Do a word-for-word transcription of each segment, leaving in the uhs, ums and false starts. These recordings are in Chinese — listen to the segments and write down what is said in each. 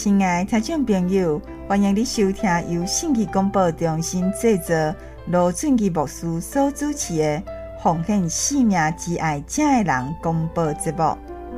亲爱的听众朋友，欢迎你收听由信息广播中心制作、罗俊基牧师所主持的《奉献生命之爱正的人》广播节目。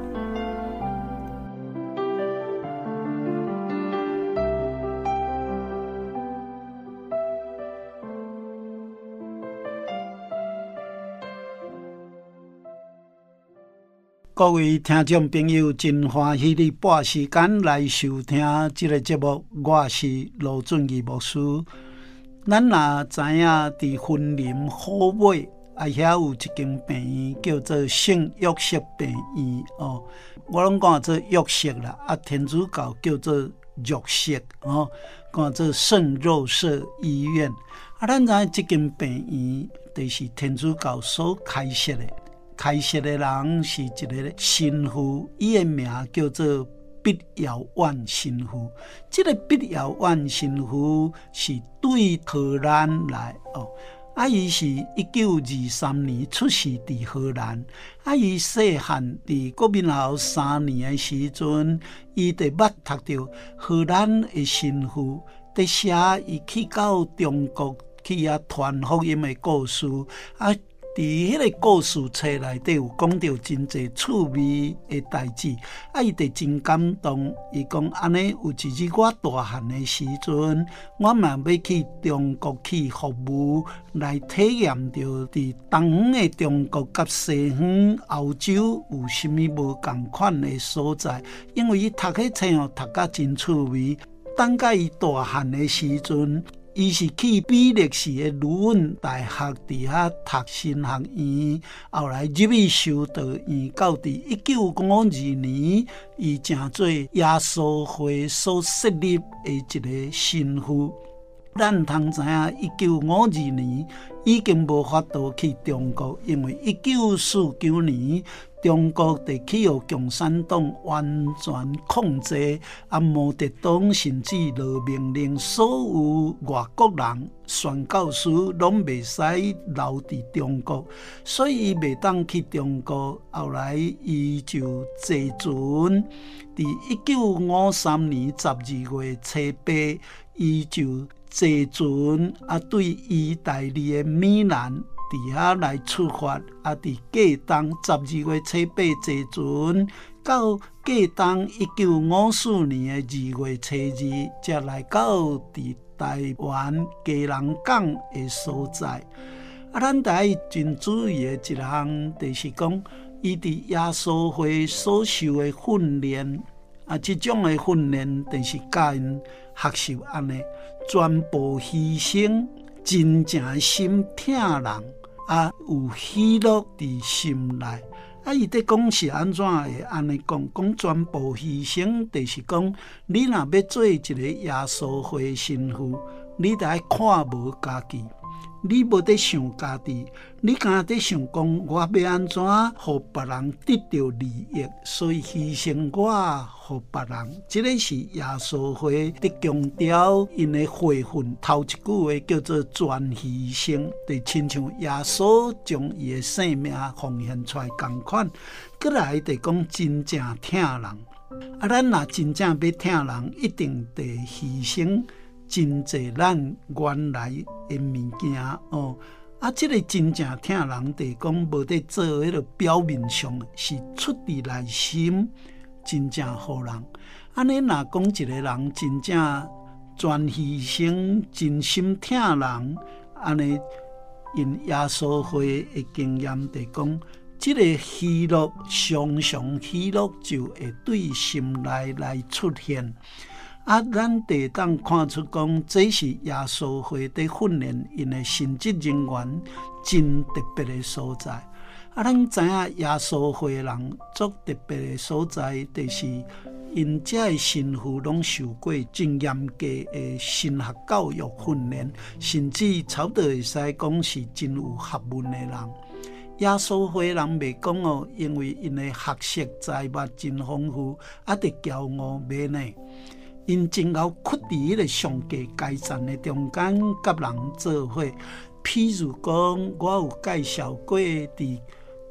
各位听众朋友，真欢喜你拨时间来收听这个节目。我是罗俊义牧师。咱也知影，伫婚林好尾啊，遐有一间病院叫做圣约瑟病院哦。我拢讲做约瑟啦，啊，天主教叫做肉色哦，讲做圣肉色医院。啊，咱知这间病院就是天主教所开设的。开设的人是一个神父，伊的名叫做毕尧万神父。这个毕尧万神父是对荷兰来哦，啊，伊是一九二三年出世伫荷兰，啊，伊细汉伫国民校三年的时阵，伊就捌读到荷兰的神父在写伊去到中国去遐传福音的故事啊。伫迄个故事册内底有讲到真侪趣味的代志，啊，伊就真感动。伊讲安尼有一日我大汉的时阵，我嘛要去中国去服务，来体验到伫东方的中国甲西方欧洲有啥物无共款的所在。因为伊读迄册哦，读甲真趣味。等甲伊大汉的时阵，伊是去比利时的鲁汶大学伫遐读神学院，后来入去修道院，到伫一九五二年，伊成做耶稣会所设立的一个神父。咱通知影，一九五二年已经无法度去中国，因为一九四九年中国就去互共产党完全控制，啊，毛泽东甚至落命令，所有外国人、宣教师拢袂使留伫中国，所以伊袂当去中国。后来伊就坐船，伫一九五三年十二月初八，伊就坐船啊，对意大利的米兰伫遐来出发，啊，伫过冬十二月初八坐船，到过冬一九五四年的二月初二，才来到伫台湾基隆港的所在。啊，咱台真注意的一项，就是讲伊伫耶稣会所受的训练。啊，这种的训练就是教因学习安尼，全部牺牲，真正心疼人，啊，有喜乐伫心内。啊，伊在讲是安怎会安尼讲？讲全部牺牲，就是讲你若要做一个耶稣会神父，你得看无家己。你无得想家己，你敢得想讲我要安怎互别人得到利益，所以牺牲我互别人。这个是耶稣会的强调，因的会训头一句话叫做全牺牲，就亲像耶稣将伊的性命奉献出来同款。过来就讲真正疼人，啊，咱若真正要疼人，一定得牺牲真济咱原来的物件哦，啊，这个真正疼人，就讲无得做迄个表面上，是出自内心，真正好人。安尼若讲一个人真正全牺牲、真心疼人，安尼因耶稣会的经验，就讲这个喜乐，常常喜乐就会对心内来出现。啊，咱得当看出讲，这是耶稣会在训练因的神职人员真特别的所在。啊，咱知影耶稣会人足特别的所在，就是因这的神父拢受过真严格的神学教育训练，甚至差不多会使讲是真有学问的人。耶稣会人袂讲哦，因为因的学识财物真丰富，啊，得骄傲袂呢。因真后屈伫迄个上帝阶层的中间，甲人做伙。譬如讲，我有介绍过伫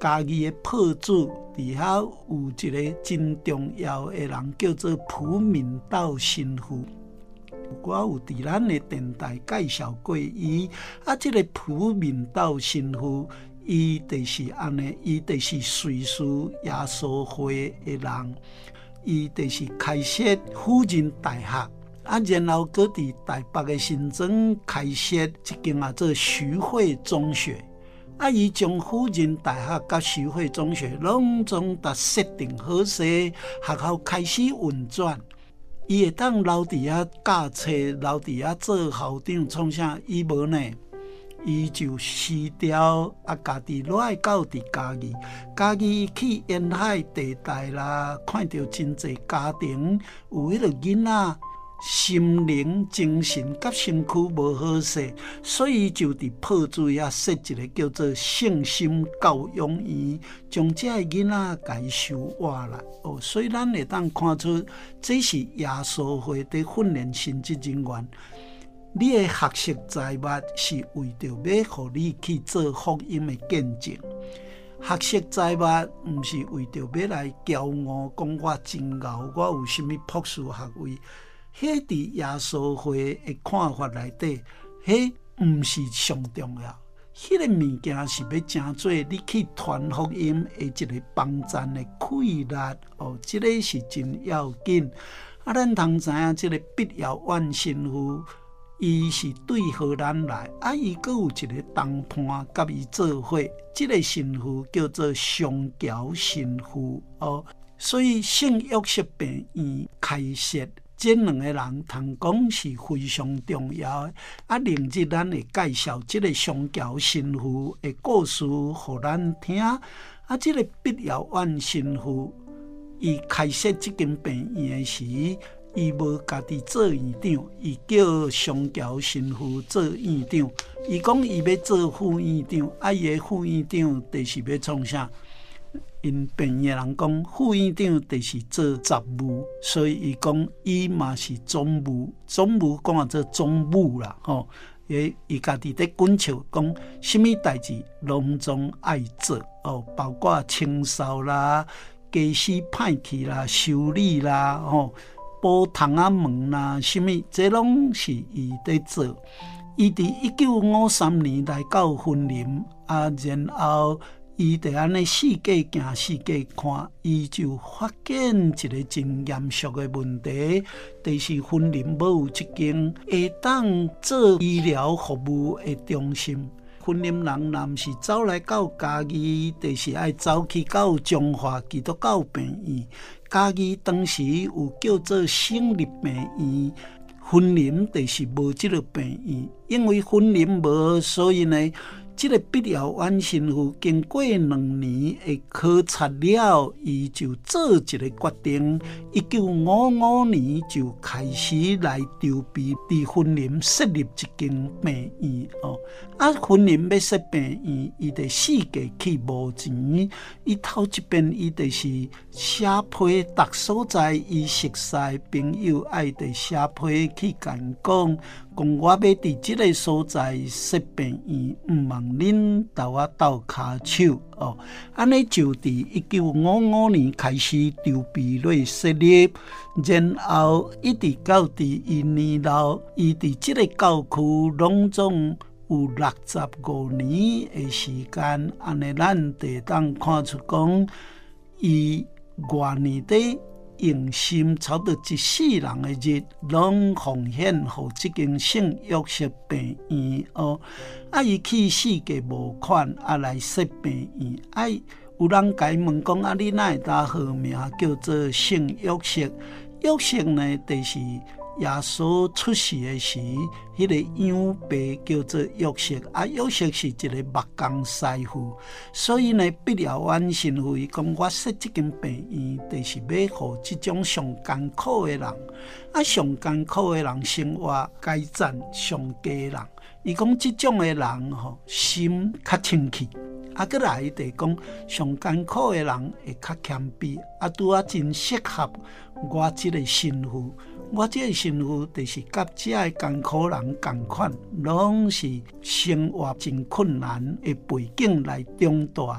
家己的破主，伫遐有一个真重要的人，叫做普明道神父。我有伫咱的电台介绍过伊，啊，即、这个普明道神父，伊就是安尼，伊就是瑞士耶稣会的人，伊就是开设辅仁大学，啊，然后搁伫台北的新庄开设一间啊做徐汇中学。啊！伊将辅仁大学甲徐汇中学拢总达设定好势，学校开始运转。伊会当留伫遐教册，留伫遐做校长，创啥？伊无呢？伊就辞掉啊，家己落来教伫家己，家己去沿海地带啦，看到真侪家庭有迄个囡仔。心灵、精神甲身躯无好势，所以就伫破主遐设一个叫做圣心教养院，将这个囡仔甲伊收活来。哦，所以咱会当看出，这是耶稣会伫训练神职人员。你的学习财物是为着要互你去做福音的见证。学习财物毋是为着要来骄傲，讲我真牛，我有啥物博士学位。迄伫耶稣会的看法内底，迄毋是上重要。迄、那个物件是要成做你去传福音的一个帮赞的气力哦，这个是真要紧。啊，咱通知影，这个必要万神父，伊是对荷咱来，啊，伊阁有一个同伴甲伊做伙，这个神父叫做上桥神父哦，所以圣约瑟病院开设。这两个人通讲是非常重要的，啊，明日咱会介绍这个上桥神父的故事给咱听。啊，这个必要万神父，伊开设这间病院的时，伊无家己做院长，伊叫上桥神父做院长。伊讲伊要做副院长，啊，伊的副院长就是要创啥？因病院人讲副院长就是做杂务，所以伊讲伊嘛是总务，总务讲啊做总务啦吼。伊伊家己在滚笑讲，什么代志拢总爱做哦，包括清扫啦、家私歹去啦、修理啦、吼补窗仔门啦，什么这拢是伊在做。伊伫一九五三年来到婚林啊，然后。伊就安尼四界行四界看，伊就发现一个真严肃的问题，就是婚林无有一间会当做医疗服务的中心。婚林人若是走来到家己，就是爱走去到中华基督教病院。家己当时有叫做省立病院，婚林就是无这个病院，因为婚林无，所以呢。这个必要万神父经过两年的考察了，伊就做一个决定。一九五五年就开始来筹备伫婚林设立一间病院哦。啊，婚林要设病院，伊得四界去募钱。伊头一遍伊就是写批逐所在，伊熟悉朋友爱得写批去讲讲。讲我要伫即个所在设病院，毋望恁斗我斗骹手哦。安尼就伫一九五五年开始筹备类设立，然后一直到伫一年后，伊伫即个教区拢总有六十五年的时间。安尼咱得当看出讲，伊偌年底。用心差不多一世人的日，拢奉献予这间圣约瑟病院哦。啊，伊去世界募款，啊来设病院。啊，有人甲伊问讲，啊，你哪会打号名叫做圣约瑟？约瑟呢，就是耶稣出世的时，迄、那个养爸叫做约瑟。啊，约瑟是一个木工师傅，所以呢，必要万神父伊讲，我设这间病院，就是要互这种上艰苦的人，啊，上艰苦的人生活改善上佳人。伊讲这种的人吼，心较清气。啊，搁来就讲上艰苦的人会较谦卑，啊，拄啊真适合我这个神父。我这个神父就是甲这个艰苦人同款，拢是生活真困难的背景来长大。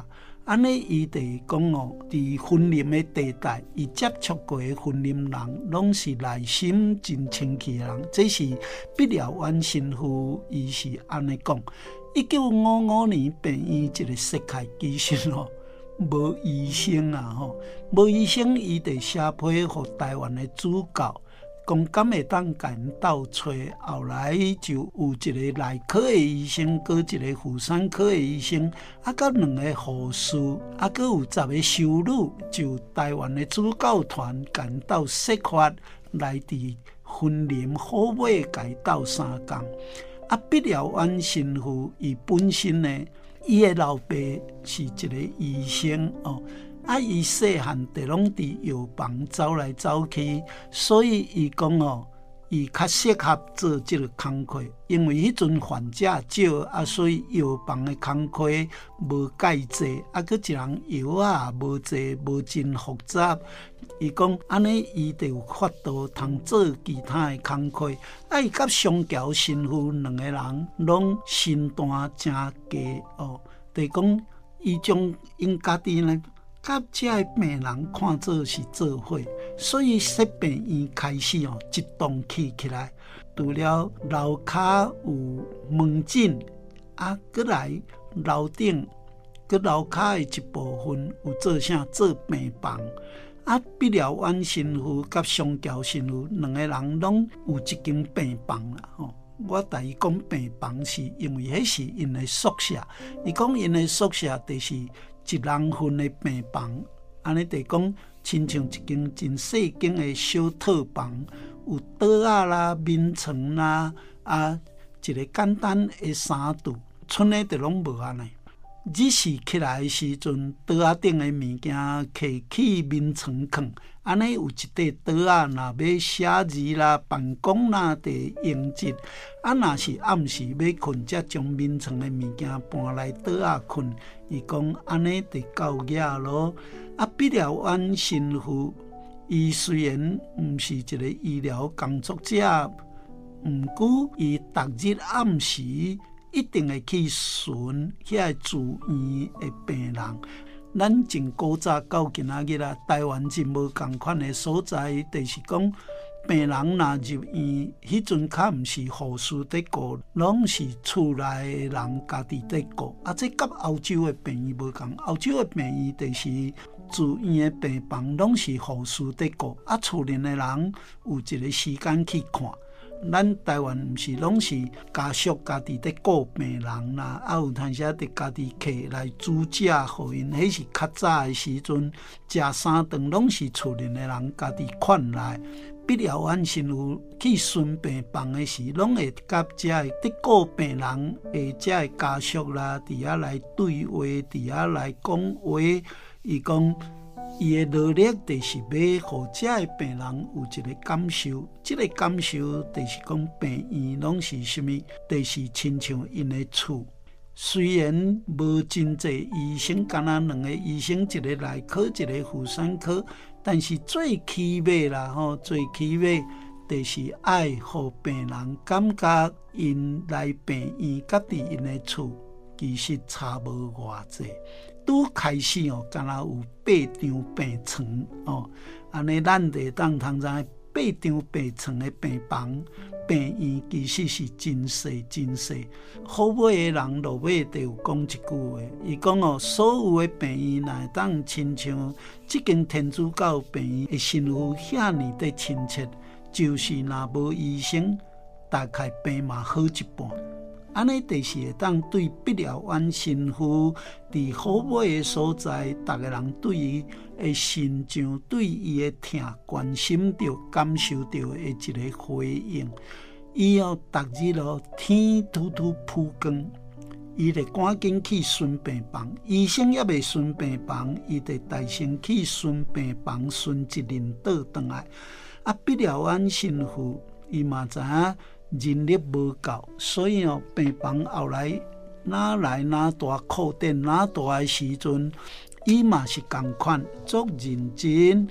安尼伊就讲哦，伫婚林的地带，伊接触过的婚林人，拢是内心真清气的人。这是毕了婉神父，伊是安尼讲。一九五五年病院一个世界其实哦，无医生啊吼，无医生，伊就写批互台湾的主教。讲敢会当甲因斗找，后来就有一个内科的医生，搁一个妇产科的医生，啊，搁两个护士，啊，搁有十个修女，就台湾的主教团甲因斗设法来伫婚林好尾甲伊斗相共。啊，毕了婉神父伊本身呢，伊的老爸是一个医生哦。啊！伊细汉地拢伫药房走来走去，所以伊讲哦，伊较适合做即个工课，因为迄阵患者少，啊，所以药房的工课无介济，啊，佮一人药啊无济，无真复杂。伊讲安尼，伊就有法度通做其他的工课。啊，伊甲上桥神父两个人拢身段真低哦，就讲伊将因家己呢。甲这个病人看做是做伙，所以说病院开始哦一动起起来。除了楼骹有门诊，啊，过来楼顶，佮楼骹的一部分有做啥做病房。啊，毕了婉神父甲上桥神父两个人拢有一间病房啦吼。我甲伊讲病房是因为迄是因的宿舍，伊讲因的宿舍就是一人份的病房，安尼就讲亲像一间真细间的小套房，有桌仔啦、眠床啦，啊，一个简单的三度，剩的就拢无安尼。日时起来的时阵，桌仔顶的物件摕去眠床放，安尼有一块桌仔，若要写字啦、办公啦，就用一。啊，若是暗时要困，则将眠床的物件搬来桌仔困。伊讲安尼就够野咯。啊，毕了婉神父，伊虽然毋是一个医疗工作者，毋过伊逐日暗时一定会去巡遐住院的病人。咱从古早到今仔日啊，台湾真无共款的所在，就是讲病人若入院，迄阵较毋是护士伫顾，拢是厝内的人家己伫顾。啊，这甲欧洲的病院无共，欧洲的病院就是住院的病房拢是护士伫顾，啊，厝内的人有一个时间去看。咱台湾毋是拢是家属家己伫顾病人啦，啊有当时伫家己客来煮食互因，迄是较早的时阵，食三顿拢是厝内的人家己款来。毕了婉神父去巡病房的时，拢会甲遮个伫顾病人的遮个家属啦，伫遐来对话，伫遐来讲话。伊讲。伊的努力就是要互遮个病人有一个感受，即、这个感受就是讲病院拢是啥物，就是亲像因的厝。虽然无真济医生，敢若两个医生，一个内科，一个妇产科，但是最起码啦吼，最起码就是爱互病人感觉因来病院甲伫因的厝，其实差无偌济。拄开始哦，敢若有八张病床哦，安尼咱就当通知八张病床的病房，病院其实是真细真细。好尾的人落尾就有讲一句话，伊讲哦，所有的病院若会当亲像即间天主教病院的神父遐尼的亲切，就是若无医生，大概病嘛好一半。安尼就是会当对毕了婉神父伫好尾的所在，逐个人对伊的心肠、对伊的疼关心着、感受着的一个回应。伊哦，逐日哦，天突突曝光，伊就赶紧去巡病房。医生也未巡病房，伊就大声去巡病房，巡一轮倒转来。啊，毕了婉神父，伊嘛知影。人力无够，所以哦，病房后来哪来哪大扩展哪大的时阵，伊嘛是共款，足认真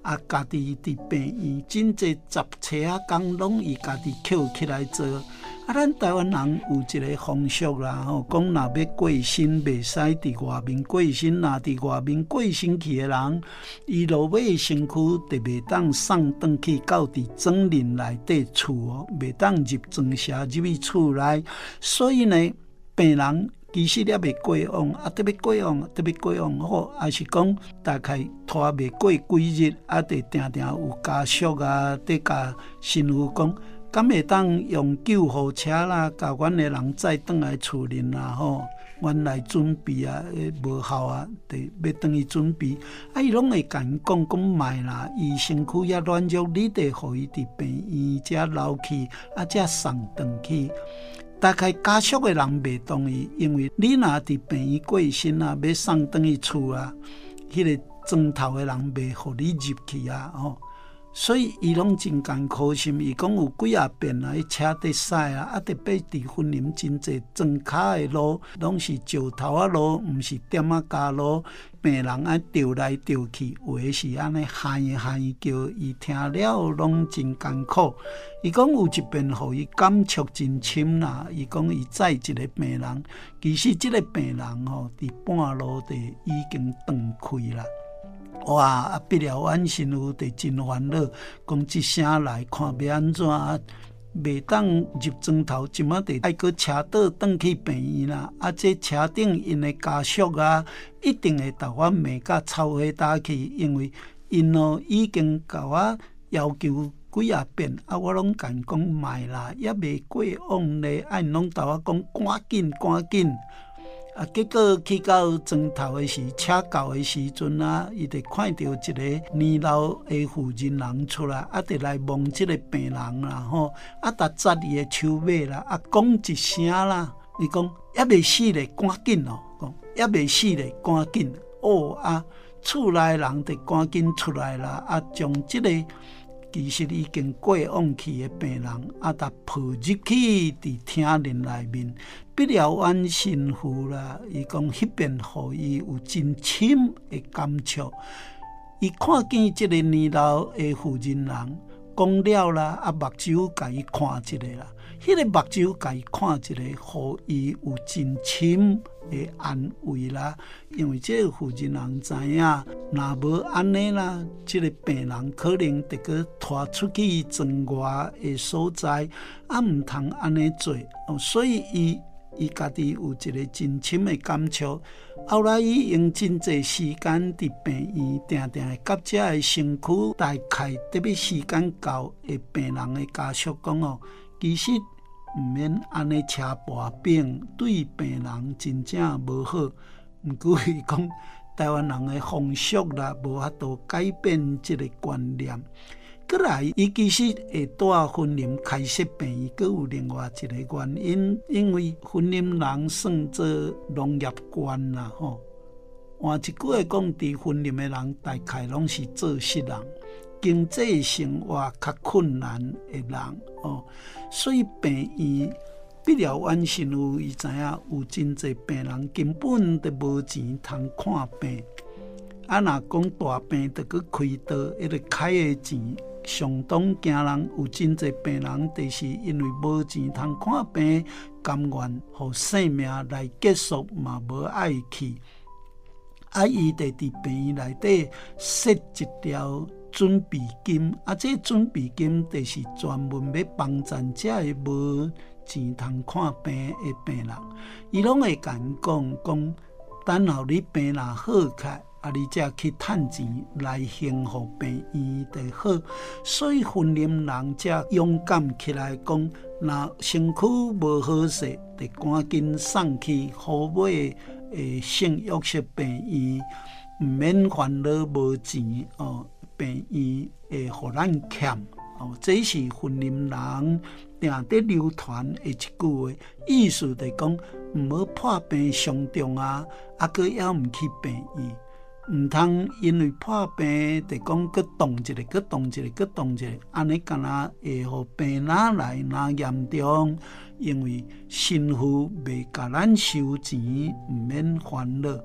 啊，家己伫病院真济十车啊工拢伊家己捡起来做。啊，咱台湾人有一个风俗啦，吼，讲若要过身，袂使伫外面过身，若伫外面过身去的人，伊落尾身躯就袂当送转去到伫庄林内底厝哦，袂当入庄社入去厝内。所以呢，病人其实也未过往，啊，得要过往，得要过往好，还是讲大概拖袂过几日，啊，得定定有家属啊，得甲师傅讲。敢会当用救护车啦，甲阮的人载转来厝里啦吼，阮来准备啊，无效啊，得要转去准备。啊，伊拢会甲因讲讲卖啦，伊身躯也软弱，你得互伊伫病院遮留去，啊，遮送转去。大概家属的人袂同意，因为你若伫病院过身啊，要送转去厝啊，迄、那个庄头的人袂互你入去啊，吼。所以伊拢真艰苦心，伊讲有几啊遍啊，伊车得驶啊，啊特别伫婚林真济庄骹的路，拢是石头啊路，毋是点啊加路，病人啊调来调去，有的是安尼喊喊叫，伊听了拢真艰苦。伊讲有一遍互伊感触真深啦，伊讲伊载一个病人，其实即个病人吼伫半路地已经断开啦。哇！啊，毕了阮师傅就真烦恼，讲一声来看要安怎，袂当入庄头，即马得爱搁车倒转去病院啦。啊，这车顶因的家属啊，一定会甲我骂甲臭火打去，因为因哦已经甲我要求几啊遍，啊，我拢甲因讲卖啦，也未过往咧，啊，因拢甲我讲赶紧赶紧。啊，结果去到庄头的时，车到的时阵啊，伊就看到一个年老的妇人人出来，啊，就来望这个病人啦，吼，啊，搭扎伊的手尾啦，啊，讲一声啦，伊讲也未死咧，赶紧哦，讲也未死咧，赶紧哦啊，厝内人就赶紧出来啦，啊，将这个其实已经过往去的病人，啊，搭抱入去伫厅林内面。毕了阮师傅啦，伊讲迄边互伊有真深的感触。伊看见即个年老的妇人人讲了啦，啊目睭甲伊看一个啦，迄、那个目睭甲伊看一个，互伊有真深的安慰啦。因为即个妇人人知影，若无安尼啦，即、这个病人可能得个拖出去庄外的所在，啊毋通安尼做，哦，所以伊。伊家己有一个真深的感触，后来伊用真济时间伫病院，定定会甲遮的身躯大概特别时间到的病人的家属讲哦，其实毋免安尼车跋柄，对病人真正无好。毋过伊讲台湾人的风俗啦，无法度改变即个观念。过来，伊其实会带婚林开设病院，阁有另外一个原因，因为婚林人算做农业官啦，吼。换一句话讲，伫婚林的人大概拢是做事人，经济生活较困难的人哦，所以病院毕了阮师傅，伊知影有真济病人根本就无钱通看病，啊，若讲大病就去开刀，迄个开的钱。相当惊人，有真济病人就是因为无钱通看病，甘愿互性命来结束嘛，无爱去。啊，伊就伫病院内底设一条准备金，啊，这准备金就是专门要帮助这个无钱通看病的病人，伊拢会甲因讲讲，等候你病人好起来。啊！你才去趁钱来幸福病院就好，所以婚林人才勇敢起来讲，若身躯无好势，就赶紧送去好买诶性约束病院，毋免烦恼无钱哦。病院会互咱欠哦，这是婚林人定得流传的一句话，意思就讲毋好破病伤重啊，啊个也毋去病院。毋通因为破病，就讲佮动一个，佮动一个，佮动一个，安尼敢若会互病哪来哪严重？因为身躯未甲咱收钱，毋免烦恼。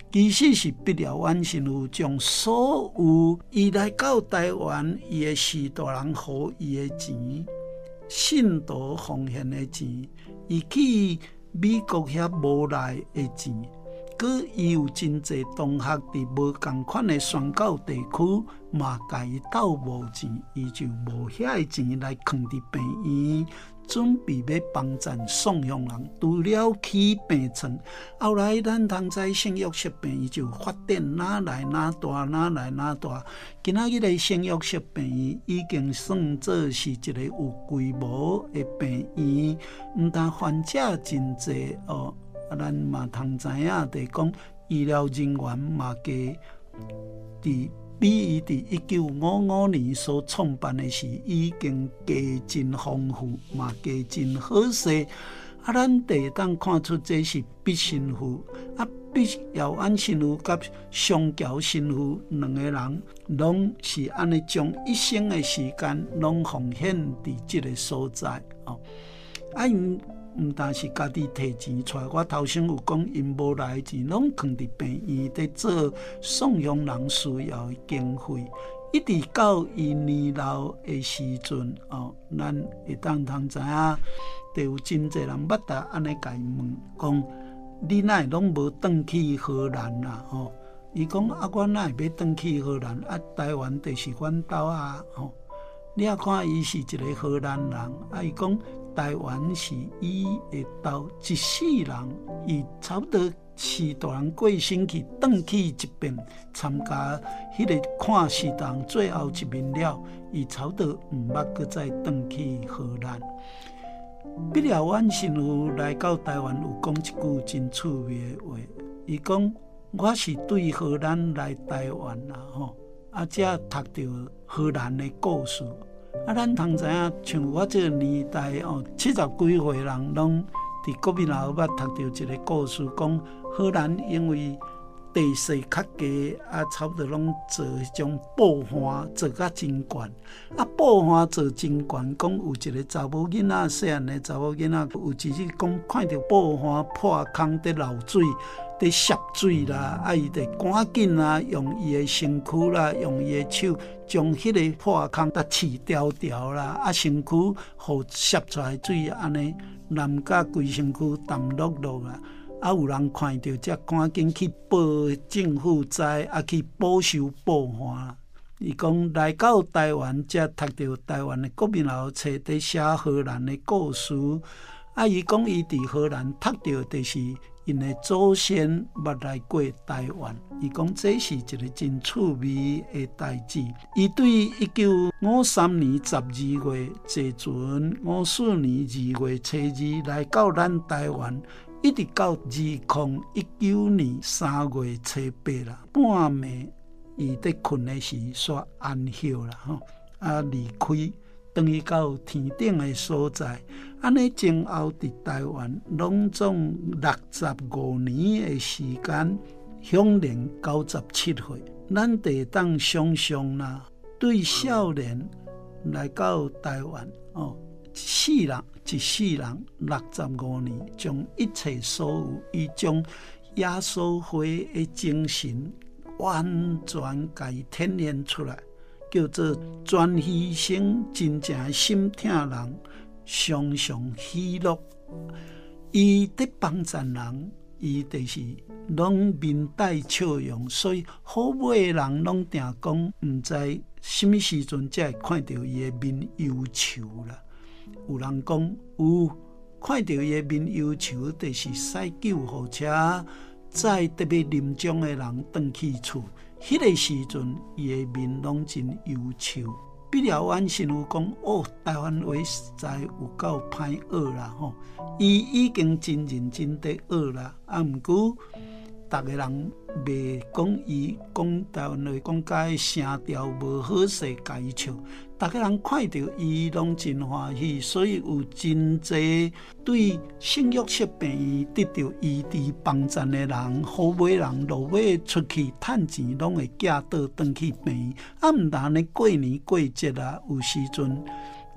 其实是毕了阮神父将所有伊来到台湾伊的士大人予伊的钱，信徒奉献的钱，伊去美国遐无来的钱，佮伊有真侪同学伫无共款的宣教地区，嘛甲伊斗无钱，伊就无遐个钱来囥伫病院，准备要帮衬送养人。除了起病床，后来咱通知圣约瑟病院就发展哪来哪大，哪来哪大。今仔日个圣约瑟病院已经算作是一个有规模的病院，毋但患者真侪哦。啊，咱嘛通知影，就是讲医疗人员嘛加伫比伊伫一九五五年所创办的时，已经加真丰富，嘛加真好势。啊，咱得当看出这是毕神父啊，毕耀安神父甲上桥神父两个人，拢是安尼将一生的时间拢奉献伫即个所在哦。啊，因毋但是家己摕钱出来，我头先有讲，因无来钱，拢囥伫病院伫做送养人需要的经费，一直到伊年老的时阵哦，咱会当通知影，就有真侪人捌达安尼甲伊问讲，你哪会拢无转去荷兰啦？吼，伊讲啊，我哪会要转去荷兰？啊，台湾就是阮兜啊，吼。你啊看，伊是一个荷兰人，啊，伊讲台湾是伊的兜，一世人，伊差不多是大人过身去，转去一遍参加迄个看世人最后一面了，伊差不多毋捌搁再转去荷兰。毕了阮神父来到台湾，有讲一句真趣味的话，伊讲我是对荷兰来台湾啦，吼，啊，才读到荷兰的故事。啊，咱通知影，像我这个年代哦，七十几岁人拢伫国民老捌读到一个故事，讲荷兰因为地势较低，啊，差不多拢做迄种捕花，做甲真悬。啊，捕花做真悬，讲有一个查某囡仔，细汉的查某囡仔，有一日讲看到捕花破空伫流水。伫涉水啦，啊，伊得赶紧啦，用伊的身躯啦，用伊的手将迄个破空甲刺条条啦，啊，身躯互涉出来水安尼，淋甲规身躯淡落落啊。啊，有人看到才赶紧去报政府知，啊，去补修捕花。伊讲来到台湾，才读到台湾的国民老册伫写荷兰的故事。啊，伊讲伊伫荷兰读到的是。因的祖先捌来过台湾，伊讲这是一个真趣味的代志。伊对一九五三年十二月坐船，五四年二月初二来到咱台湾，一直到二零一九年三月初八啦，半暝伊伫困的时煞安息啦，吼啊离开。等于到天顶的所在，安尼前后伫台湾拢总六十五年的时间，享年九十七岁。咱得当想象啦，对少年来到台湾哦，世人一世人六十五年，将一切所有，伊将耶稣会的精神完全甲伊体现出来。叫做全牺牲，真正心疼人，常常喜乐。伊伫帮衬人，伊就是拢面带笑容，所以好买的人拢定讲，毋知什么时阵才会看到伊的面忧愁啦。有人讲有看到伊的面忧愁，就是驶救护车载特别临终的人转去厝。迄个时阵，伊的面拢真忧愁。毕了阮神父讲，哦，台湾话实在有够歹学啦吼！伊已经真认真地学啦，啊，毋过逐个人袂讲伊讲台湾话，讲甲迄声调无好势，甲伊笑。逐个人看到伊拢真欢喜，所以有真侪对圣约瑟病院得到医治帮衬的人，好买人落尾出去趁钱，拢会寄倒转去病院。啊，毋但呢过年过节啊，有时阵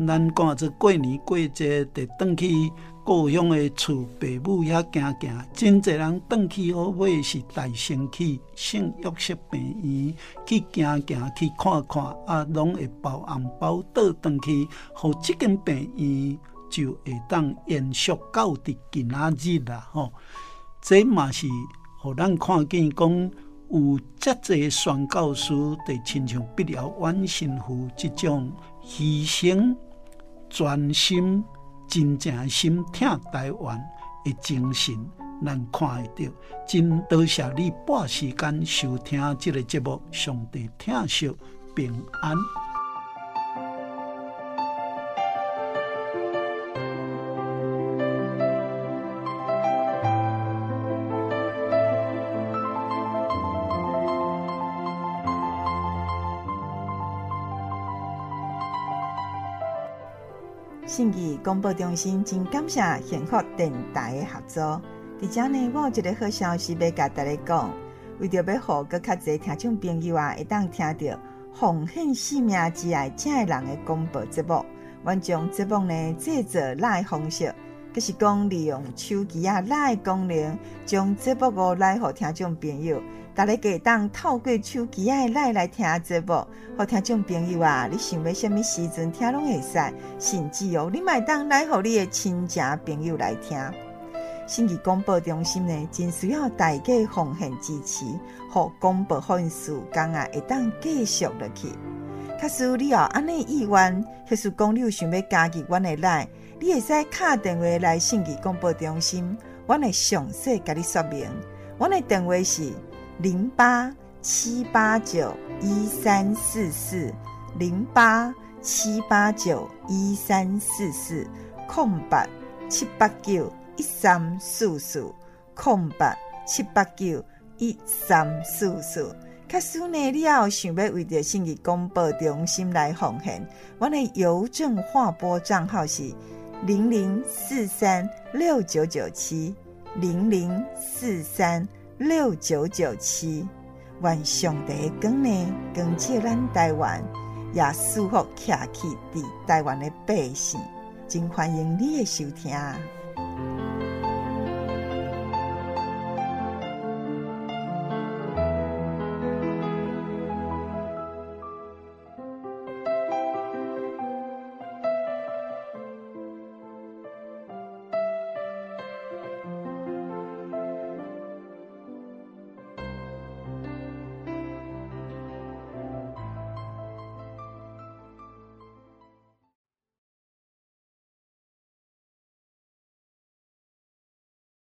咱讲做过年过节，得转去故乡的厝，爸母遐行行，真侪人转去好尾是大升起圣约瑟病院去行行去看看，啊，拢会包红包倒转去，互即间病院就会当延续到伫今仔日啦吼。这嘛是互咱看见讲。有遮侪宣教师，就亲像毕了阮神父即种牺牲、专心、真正心疼台湾的精神，咱看会到。真多谢你拨时间收听这个节目，上帝疼惜平安。 信义广播中心真感谢幸福电台的合作。伫遮呢，我有一个好消息要甲大家讲，为着要互搁较侪听众朋友啊，会当听到奉献性命之爱遮个人的广播节目。阮将节目呢制作来方式，就是讲利用手机啊来功能，将节目个来互听众朋友。大家可以当透过手机啊来来听节目，互听众朋友啊，你想要什么时阵听拢会使，甚至哦，你嘛当来互你的亲情朋友来听。信义广播中心呢，真需要大家奉献支持，互广播好事工啊会当继续落去。假使你有安尼意愿，或是讲你有想要加入阮的来，你会使打电话来信义广播中心，阮会详细甲你说明。阮的电话是零八七八九一三四四零八七八九一三四四空八七八九一三四四空八七八九一三四四。假使呢，你要想要为着信义广播中心来奉献，我的邮政划拨账号是零零四三六九九七零零四三六九九七。愿上帝光呢光照咱台湾，也祝福徛起伫台湾的百姓。真欢迎你的收听。